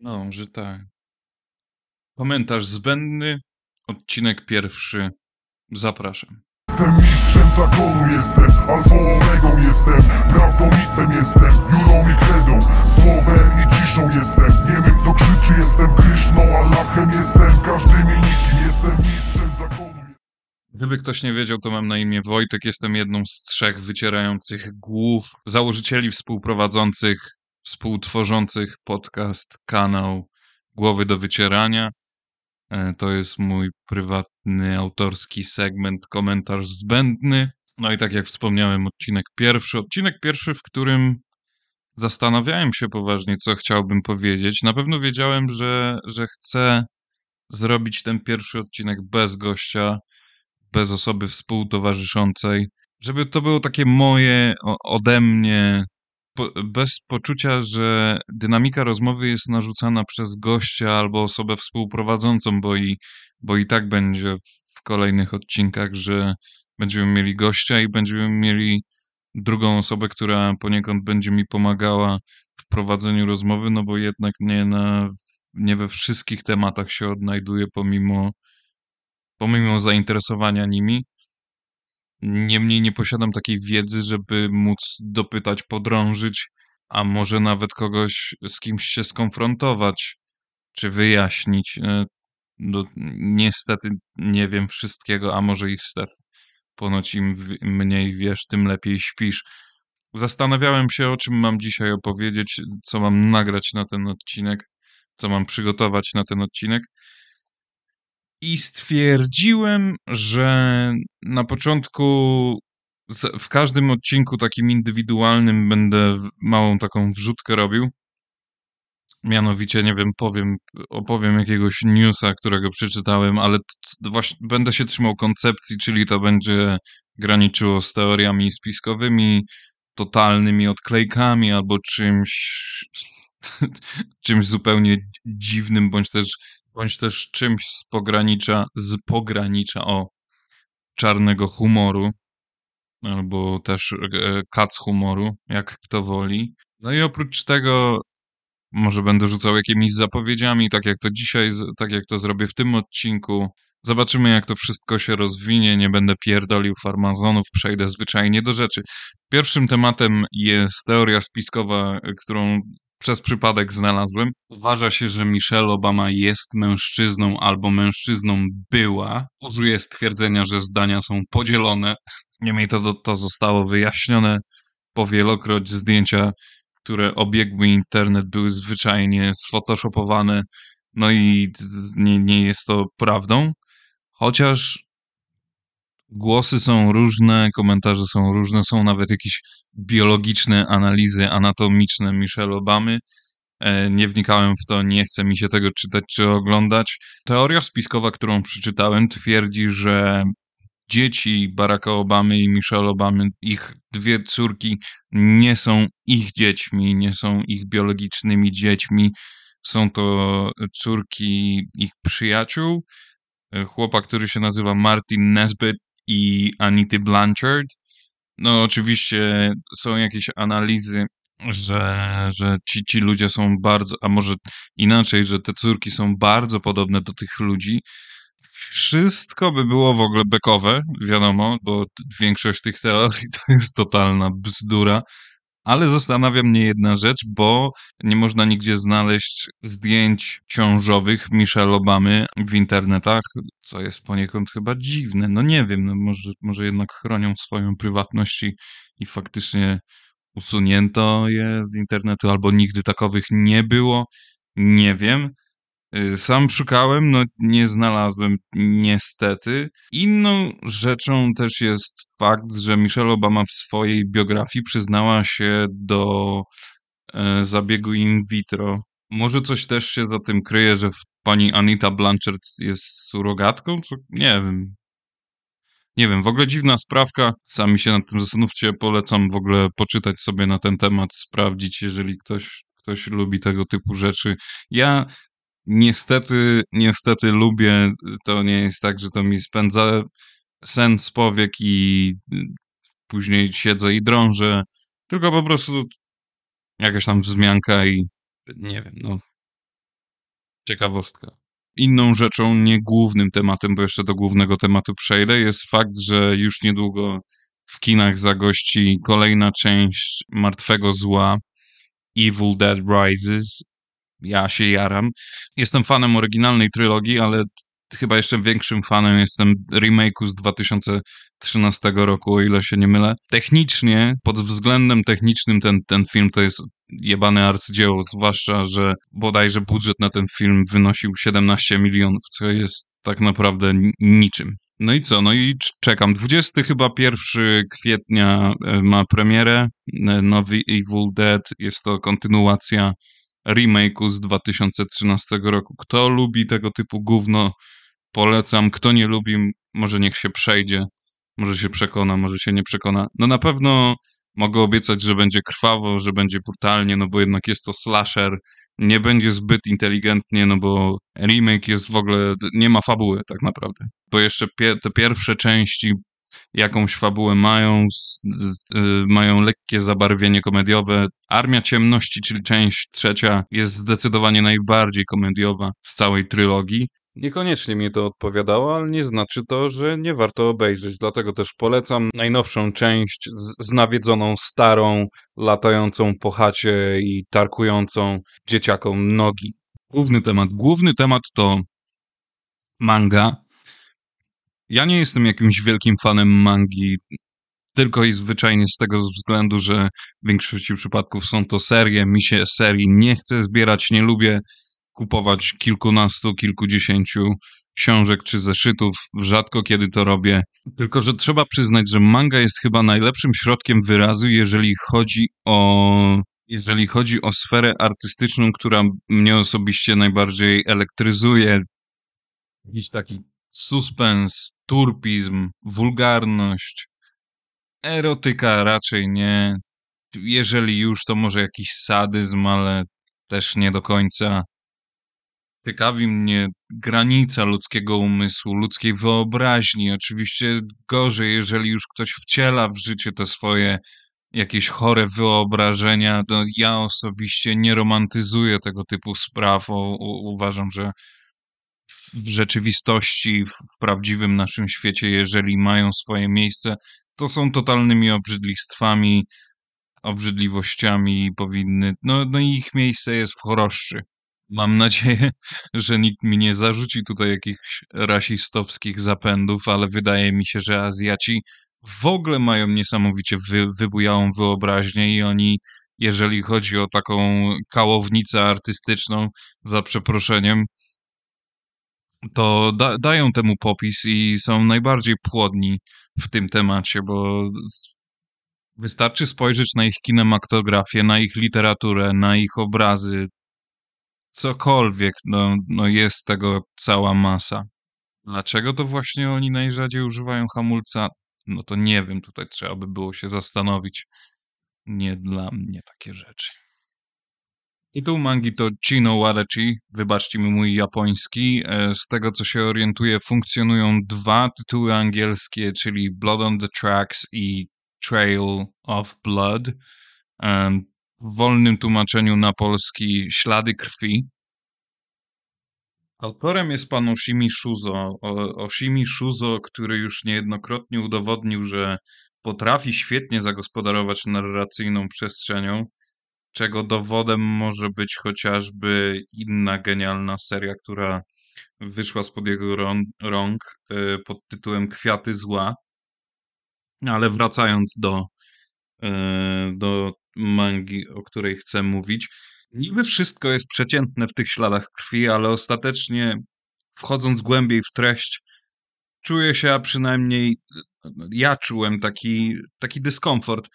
No, że tak. Komentarz zbędny, odcinek pierwszy. Zapraszam. Jestem mistrzem zakonu, jestem alfą omegą, jestem prawdą, mitem, jestem jurą i kredą, słowem i ciszą jestem, nie wiem co krzyczy, jestem Kryszną, Allahem jestem, każdym i nikim, jestem mistrzem zakonu. Gdyby ktoś nie wiedział, to mam na imię Wojtek. Jestem jedną z 3 wycierających głów założycieli, współprowadzących, współtworzących podcast, kanał Głowy do Wycierania. To jest mój prywatny, autorski segment Komentarz zbędny. No i tak jak wspomniałem, odcinek pierwszy. Odcinek pierwszy, w którym zastanawiałem się poważnie, co chciałbym powiedzieć. Na pewno wiedziałem, że chcę zrobić ten pierwszy odcinek bez gościa, bez osoby współtowarzyszącej, żeby to było takie moje, ode mnie, bez poczucia, że dynamika rozmowy jest narzucana przez gościa albo osobę współprowadzącą, bo i tak będzie w kolejnych odcinkach, że będziemy mieli gościa i będziemy mieli drugą osobę, która poniekąd będzie mi pomagała w prowadzeniu rozmowy, no bo jednak nie we wszystkich tematach się odnajduję pomimo zainteresowania nimi. Niemniej nie posiadam takiej wiedzy, żeby móc dopytać, podrążyć, a może nawet kogoś z kimś się skonfrontować, czy wyjaśnić. No, niestety nie wiem wszystkiego, a może i stety. Ponoć im mniej wiesz, tym lepiej śpisz. Zastanawiałem się, o czym mam dzisiaj opowiedzieć, co mam nagrać na ten odcinek, co mam przygotować na ten odcinek. I stwierdziłem, że na początku w każdym odcinku takim indywidualnym będę małą taką wrzutkę robił. Mianowicie, nie wiem, opowiem jakiegoś newsa, którego przeczytałem, ale właśnie będę się trzymał koncepcji, czyli to będzie graniczyło z teoriami spiskowymi, totalnymi odklejkami albo czymś zupełnie dziwnym, bądź też czymś z pogranicza czarnego humoru, albo też kac humoru, jak kto woli. No i oprócz tego może będę rzucał jakimiś zapowiedziami, tak jak to dzisiaj, tak jak to zrobię w tym odcinku. Zobaczymy, jak to wszystko się rozwinie. Nie będę pierdolił farmazonów, przejdę zwyczajnie do rzeczy. Pierwszym tematem jest teoria spiskowa, którą przez przypadek znalazłem. Uważa się, że Michelle Obama jest mężczyzną albo mężczyzną była. Użyję stwierdzenia, że zdania są podzielone. Niemniej to zostało wyjaśnione powielokroć. Zdjęcia, które obiegły internet, były zwyczajnie sfotoshopowane. No i nie jest to prawdą. Chociaż głosy są różne, komentarze są różne, są nawet jakieś biologiczne analizy anatomiczne Michelle Obamy. Nie wnikałem w to, nie chce mi się tego czytać czy oglądać. Teoria spiskowa, którą przeczytałem, twierdzi, że dzieci Baracka Obamy i Michelle Obamy, ich 2 córki, nie są ich dziećmi, nie są ich biologicznymi dziećmi. Są to córki ich przyjaciół, chłopa, który się nazywa Martin Nesbitt i Anity Blanchard. No oczywiście są jakieś analizy, że ci ludzie są bardzo, a może inaczej, że te córki są bardzo podobne do tych ludzi. Wszystko by było w ogóle bekowe, wiadomo, bo większość tych teorii to jest totalna bzdura. Ale zastanawia mnie jedna rzecz, bo nie można nigdzie znaleźć zdjęć ciążowych Michelle Obamy w internetach, co jest poniekąd chyba dziwne. No nie wiem, no może jednak chronią swoją prywatność i faktycznie usunięto je z internetu, albo nigdy takowych nie było. Nie wiem. Sam szukałem, no nie znalazłem niestety. Inną rzeczą też jest fakt, że Michelle Obama w swojej biografii przyznała się do zabiegu in vitro. Może coś też się za tym kryje, że pani Anita Blanchard jest surogatką? Nie wiem. Nie wiem, w ogóle dziwna sprawka. Sami się nad tym zastanówcie, polecam w ogóle poczytać sobie na ten temat, sprawdzić, jeżeli ktoś lubi tego typu rzeczy. Ja niestety lubię, to nie jest tak, że to mi spędza sen z powiek i później siedzę i drążę, tylko po prostu jakaś tam wzmianka i nie wiem, no Ciekawostka. Inną rzeczą, nie głównym tematem, bo jeszcze do głównego tematu przejdę, jest fakt, że już niedługo w kinach zagości kolejna część Martwego Zła, Evil Dead Rises. Ja się jaram. Jestem fanem oryginalnej trylogii, ale chyba jeszcze większym fanem jestem remake'u z 2013 roku, o ile się nie mylę. Technicznie, pod względem technicznym ten film to jest jebane arcydzieło, zwłaszcza, że bodajże budżet na ten film wynosił 17 milionów, co jest tak naprawdę niczym. No i co? No i czekam. 20 chyba 1 kwietnia ma premierę. Nowy Evil Dead. Jest to kontynuacja remake'u z 2013 roku. Kto lubi tego typu gówno, polecam. Kto nie lubi, może niech się przejdzie. Może się przekona, może się nie przekona. No na pewno mogę obiecać, że będzie krwawo, że będzie brutalnie, no bo jednak jest to slasher. Nie będzie zbyt inteligentnie, no bo remake jest w ogóle, nie ma fabuły tak naprawdę. Bo jeszcze te pierwsze części jakąś fabułę mają, mają lekkie zabarwienie komediowe. Armia Ciemności, czyli część 3, jest zdecydowanie najbardziej komediowa z całej trylogii. Niekoniecznie mi to odpowiadało, ale nie znaczy to, że nie warto obejrzeć. Dlatego też polecam najnowszą część z nawiedzoną starą, latającą po chacie i tarkującą dzieciakom nogi. Główny temat to manga. Ja nie jestem jakimś wielkim fanem mangi, tylko i zwyczajnie z tego względu, że w większości przypadków są to serie. Mi się serii nie chce zbierać, nie lubię kupować kilkunastu, kilkudziesięciu książek czy zeszytów. Rzadko kiedy to robię. Tylko że trzeba przyznać, że manga jest chyba najlepszym środkiem wyrazu, jeżeli chodzi o sferę artystyczną, która mnie osobiście najbardziej elektryzuje. Jakiś taki suspens, turpizm, wulgarność. Erotyka raczej nie. Jeżeli już, to może jakiś sadyzm, ale też nie do końca. Ciekawi mnie granica ludzkiego umysłu, ludzkiej wyobraźni. Oczywiście gorzej, jeżeli już ktoś wciela w życie te swoje jakieś chore wyobrażenia. No, ja osobiście nie romantyzuję tego typu spraw. Uważam, że w rzeczywistości, w prawdziwym naszym świecie, jeżeli mają swoje miejsce, to są totalnymi obrzydliwościami i powinny, no i ich miejsce jest w choroszczy. Mam nadzieję, że nikt mi nie zarzuci tutaj jakichś rasistowskich zapędów, ale wydaje mi się, że Azjaci w ogóle mają niesamowicie wybujałą wyobraźnię i oni, jeżeli chodzi o taką kałownicę artystyczną, za przeproszeniem, to dają temu popis i są najbardziej płodni w tym temacie, bo wystarczy spojrzeć na ich kinematografię, na ich literaturę, na ich obrazy, cokolwiek, no jest tego cała masa. Dlaczego to właśnie oni najrzadziej używają hamulca? No to nie wiem, tutaj trzeba by było się zastanowić. Nie dla mnie takie rzeczy. Tytuł mangi to Chino Wadachi, wybaczcie mi mój japoński. Z tego co się orientuję, funkcjonują 2 tytuły angielskie, czyli Blood on the Tracks i Trail of Blood. W wolnym tłumaczeniu na polski Ślady krwi. Autorem jest pan Oshimi Shuzo. Oshimi Shuzo, który już niejednokrotnie udowodnił, że potrafi świetnie zagospodarować narracyjną przestrzenią, czego dowodem może być chociażby inna genialna seria, która wyszła spod jego rąk pod tytułem Kwiaty Zła. Ale wracając do mangi, o której chcę mówić, niby wszystko jest przeciętne w tych śladach krwi, ale ostatecznie wchodząc głębiej w treść, czuję się, a przynajmniej ja czułem taki dyskomfort.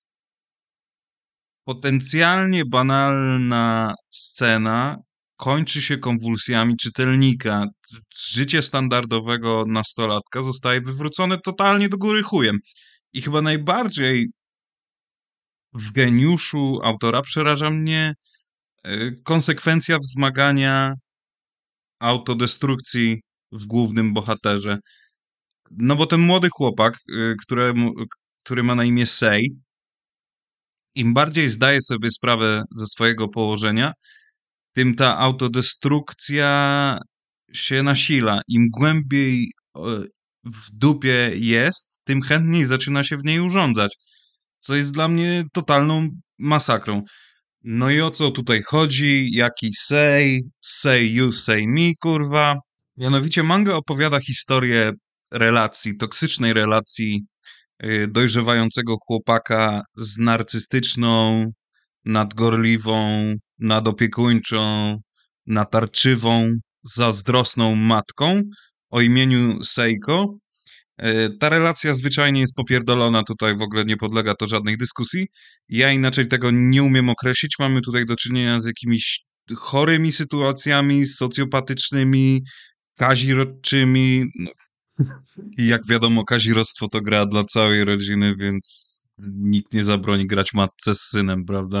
Potencjalnie banalna scena kończy się konwulsjami czytelnika. Życie standardowego nastolatka zostaje wywrócone totalnie do góry chujem. I chyba najbardziej w geniuszu autora przeraża mnie konsekwencja wzmagania autodestrukcji w głównym bohaterze. No bo ten młody chłopak, który ma na imię Sei, im bardziej zdaje sobie sprawę ze swojego położenia, tym ta autodestrukcja się nasila. Im głębiej w dupie jest, tym chętniej zaczyna się w niej urządzać. Co jest dla mnie totalną masakrą. No i o co tutaj chodzi? Jaki say you, say me, kurwa. Mianowicie manga opowiada historię relacji, toksycznej relacji dojrzewającego chłopaka z narcystyczną, nadgorliwą, nadopiekuńczą, natarczywą, zazdrosną matką o imieniu Seiko. Ta relacja zwyczajnie jest popierdolona, tutaj w ogóle nie podlega to żadnej dyskusji. Ja inaczej tego nie umiem określić. Mamy tutaj do czynienia z jakimiś chorymi sytuacjami, socjopatycznymi, kazirodczymi. No, i jak wiadomo, kazirodztwo to gra dla całej rodziny, więc nikt nie zabroni grać matce z synem, prawda?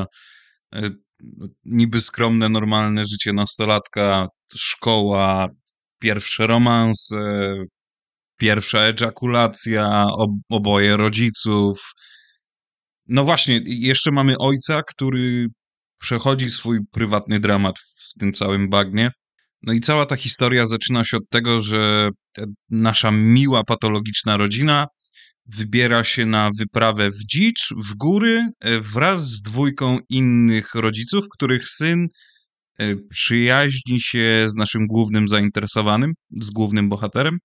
Niby skromne, normalne życie nastolatka, szkoła, pierwsze romanse, pierwsza ejakulacja, oboje rodziców. No właśnie, jeszcze mamy ojca, który przechodzi swój prywatny dramat w tym całym bagnie. No i cała ta historia zaczyna się od tego, że nasza miła, patologiczna rodzina wybiera się na wyprawę w dzicz, w góry, wraz z dwójką innych rodziców, których syn przyjaźni się z naszym głównym zainteresowanym, z głównym bohaterem.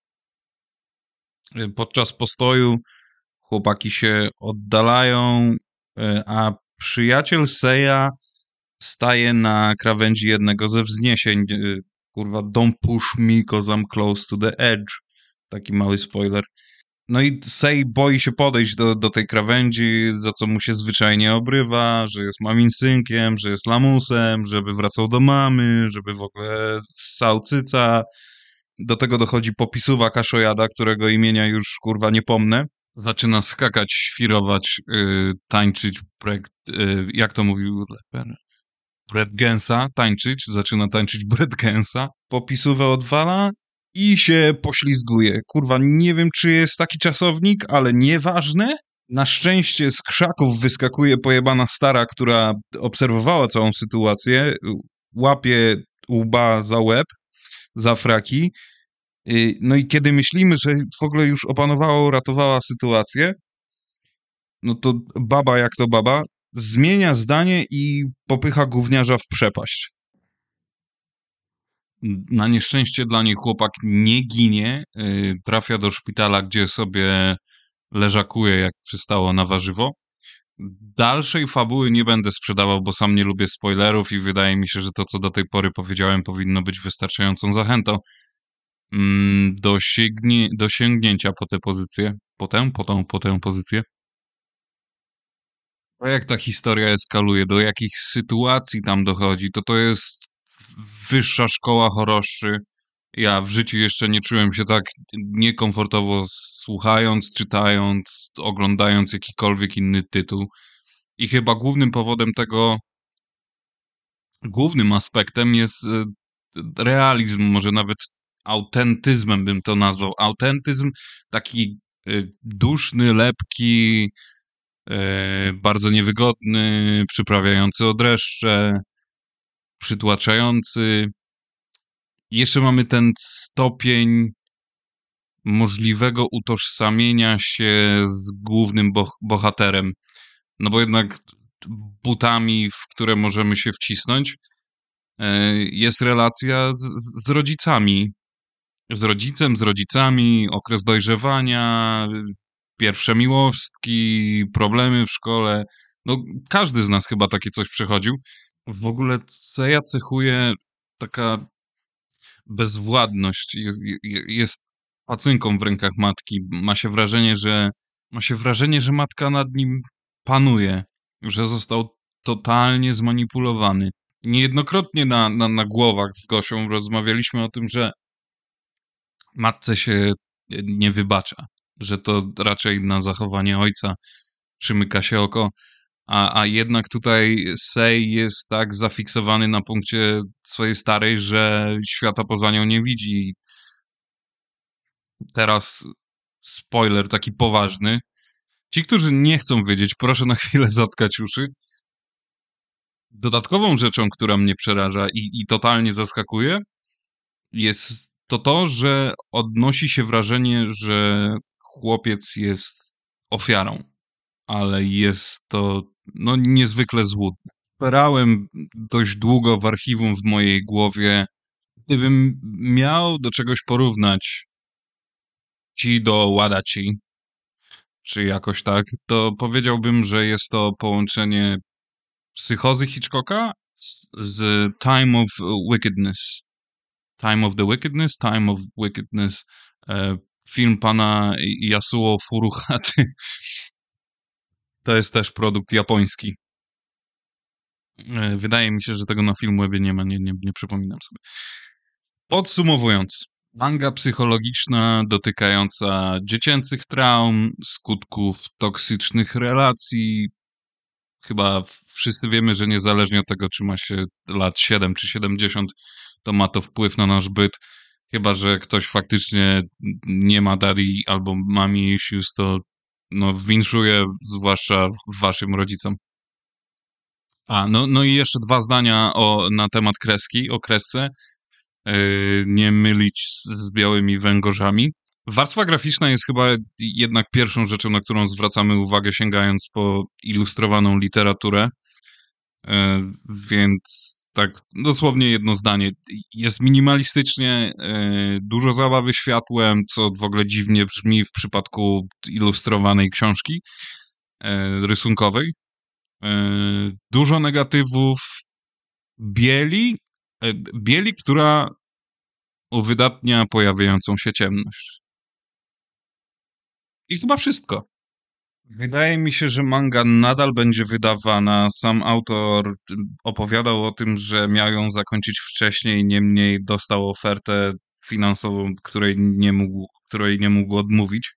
Podczas postoju chłopaki się oddalają, a przyjaciel Seja staje na krawędzi jednego ze wzniesień. Kurwa, don't push me, cause I'm close to the edge. Taki mały spoiler. No i Sei boi się podejść do tej krawędzi, za co mu się zwyczajnie obrywa, że jest mamin synkiem, że jest lamusem, żeby wracał do mamy, żeby w ogóle ssał cyca. Do tego dochodzi popisuwa kaszojada, którego imienia już kurwa nie pomnę. Zaczyna skakać, świrować, tańczyć, jak to mówił Leper? Breakdance'a, zaczyna tańczyć breakdance'a, popisówę odwala i się poślizguje. Kurwa, nie wiem, czy jest taki czasownik, ale nieważne. Na szczęście z krzaków wyskakuje pojebana stara, która obserwowała całą sytuację, łapie łba za łeb, za fraki. No i kiedy myślimy, że w ogóle już opanowała, uratowała sytuację, no to baba jak to baba, zmienia zdanie i popycha gówniarza w przepaść. Na nieszczęście dla niej chłopak nie ginie, trafia do szpitala, gdzie sobie leżakuje, jak przystało na warzywo. Dalszej fabuły nie będę sprzedawał, bo sam nie lubię spoilerów i wydaje mi się, że to, co do tej pory powiedziałem, powinno być wystarczającą zachętą do sięgnięcia po tę pozycję. Po tę pozycję. A jak ta historia eskaluje, do jakich sytuacji tam dochodzi, to jest wyższa szkoła horrorzy. Ja w życiu jeszcze nie czułem się tak niekomfortowo słuchając, czytając, oglądając jakikolwiek inny tytuł. I chyba głównym powodem tego, głównym aspektem jest realizm, może nawet autentyzmem bym to nazwał. Autentyzm taki duszny, lepki, bardzo niewygodny, przyprawiający o dreszcze, przytłaczający. Jeszcze mamy ten stopień możliwego utożsamienia się z głównym bohaterem. No bo jednak butami, w które możemy się wcisnąć, jest relacja z rodzicami. Z rodzicem, z rodzicami, okres dojrzewania, pierwsze miłostki, problemy w szkole. No, każdy z nas chyba takie coś przechodził. W ogóle Seja cechuje taka bezwładność. Jest pacynką w rękach matki. Ma się wrażenie, że matka nad nim panuje, że został totalnie zmanipulowany. Niejednokrotnie na głowach z Gosią rozmawialiśmy o tym, że matce się nie wybacza, że to raczej na zachowanie ojca przymyka się oko, a jednak tutaj Sei jest tak zafiksowany na punkcie swojej starej, że świata poza nią nie widzi. Teraz spoiler taki poważny. Ci, którzy nie chcą wiedzieć, proszę na chwilę zatkać uszy. Dodatkową rzeczą, która mnie przeraża i totalnie zaskakuje, jest to, że odnosi się wrażenie, że chłopiec jest ofiarą, ale jest to niezwykle złudne. Szperałem dość długo w archiwum w mojej głowie. Gdybym miał do czegoś porównać Ci do Wadaci, czy jakoś tak, to powiedziałbym, że jest to połączenie psychozy Hitchcocka z Time of Wickedness. Time of the Wickedness, Time of Wickedness, film pana Yasuo Furuhaty. To jest też produkt japoński. Wydaje mi się, że tego na Filmwebie nie ma, nie przypominam sobie. Podsumowując, manga psychologiczna dotykająca dziecięcych traum, skutków toksycznych relacji. Chyba wszyscy wiemy, że niezależnie od tego, czy ma się lat 7 czy 70, to ma to wpływ na nasz byt. Chyba że ktoś faktycznie nie ma daddy albo mommy issues, to winszuję, zwłaszcza waszym rodzicom. No i jeszcze 2 zdania na temat kreski, o kresce. Nie mylić z białymi węgorzami. Warstwa graficzna jest chyba jednak pierwszą rzeczą, na którą zwracamy uwagę, sięgając po ilustrowaną literaturę. Więc tak dosłownie jedno zdanie. Jest minimalistycznie, dużo zabawy światłem, co w ogóle dziwnie brzmi w przypadku ilustrowanej książki rysunkowej. Dużo negatywów, bieli, która uwydatnia pojawiającą się ciemność. I chyba wszystko. Wydaje mi się, że manga nadal będzie wydawana. Sam autor opowiadał o tym, że miał ją zakończyć wcześniej, niemniej dostał ofertę finansową, której nie mógł odmówić.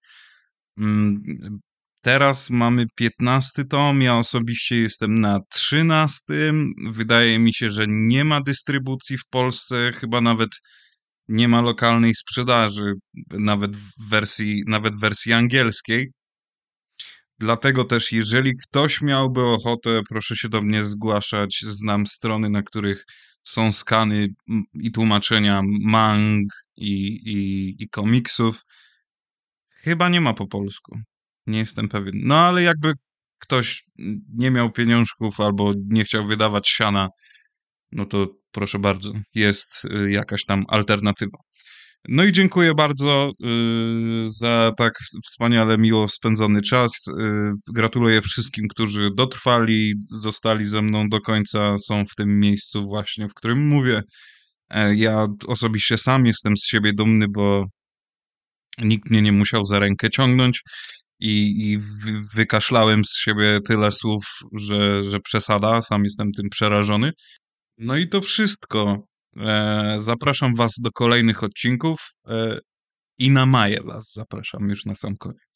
Teraz mamy 15 tom, ja osobiście jestem na 13. Wydaje mi się, że nie ma dystrybucji w Polsce, chyba nawet nie ma lokalnej sprzedaży, nawet w wersji angielskiej. Dlatego też, jeżeli ktoś miałby ochotę, proszę się do mnie zgłaszać. Znam strony, na których są skany i tłumaczenia mang i komiksów. Chyba nie ma po polsku. Nie jestem pewien. No ale jakby ktoś nie miał pieniążków albo nie chciał wydawać siana, no to proszę bardzo, jest jakaś tam alternatywa. No i dziękuję bardzo za tak wspaniale miło spędzony czas. Gratuluję wszystkim, którzy dotrwali, zostali ze mną do końca, są w tym miejscu właśnie, w którym mówię. Ja osobiście sam jestem z siebie dumny, bo nikt mnie nie musiał za rękę ciągnąć i wykaszlałem z siebie tyle słów, że przesada, sam jestem tym przerażony. No i to wszystko. Zapraszam was do kolejnych odcinków i na maję was zapraszam już na sam koniec.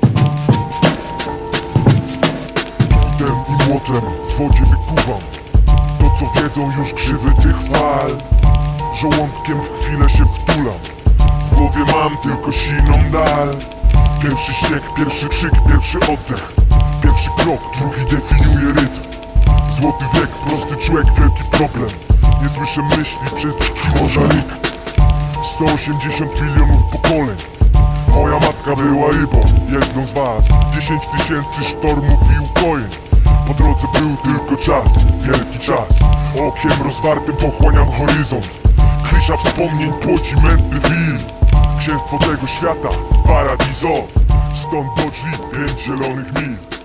Trudem i młotem w wodzie wykuwam to, co wiedzą już krzywy tych fal. Żołądkiem w chwilę się wtulam, w głowie mam tylko siną dal. Pierwszy śnieg, pierwszy krzyk, pierwszy oddech, pierwszy krok, drugi definiuje rytm. Złoty wiek, prosty człowiek, wielki problem. Nie słyszę myśli przez dziki morza ryk. 180 milionów pokoleń. Moja matka była rybą, jedną z was. 10 000 sztormów i ukojeń. Po drodze był tylko czas, wielki czas. Okiem rozwartym pochłaniam horyzont. Klisza wspomnień płoci mętny film. Księstwo tego świata, paradiso. Stąd do drzwi 5 zielonych mil.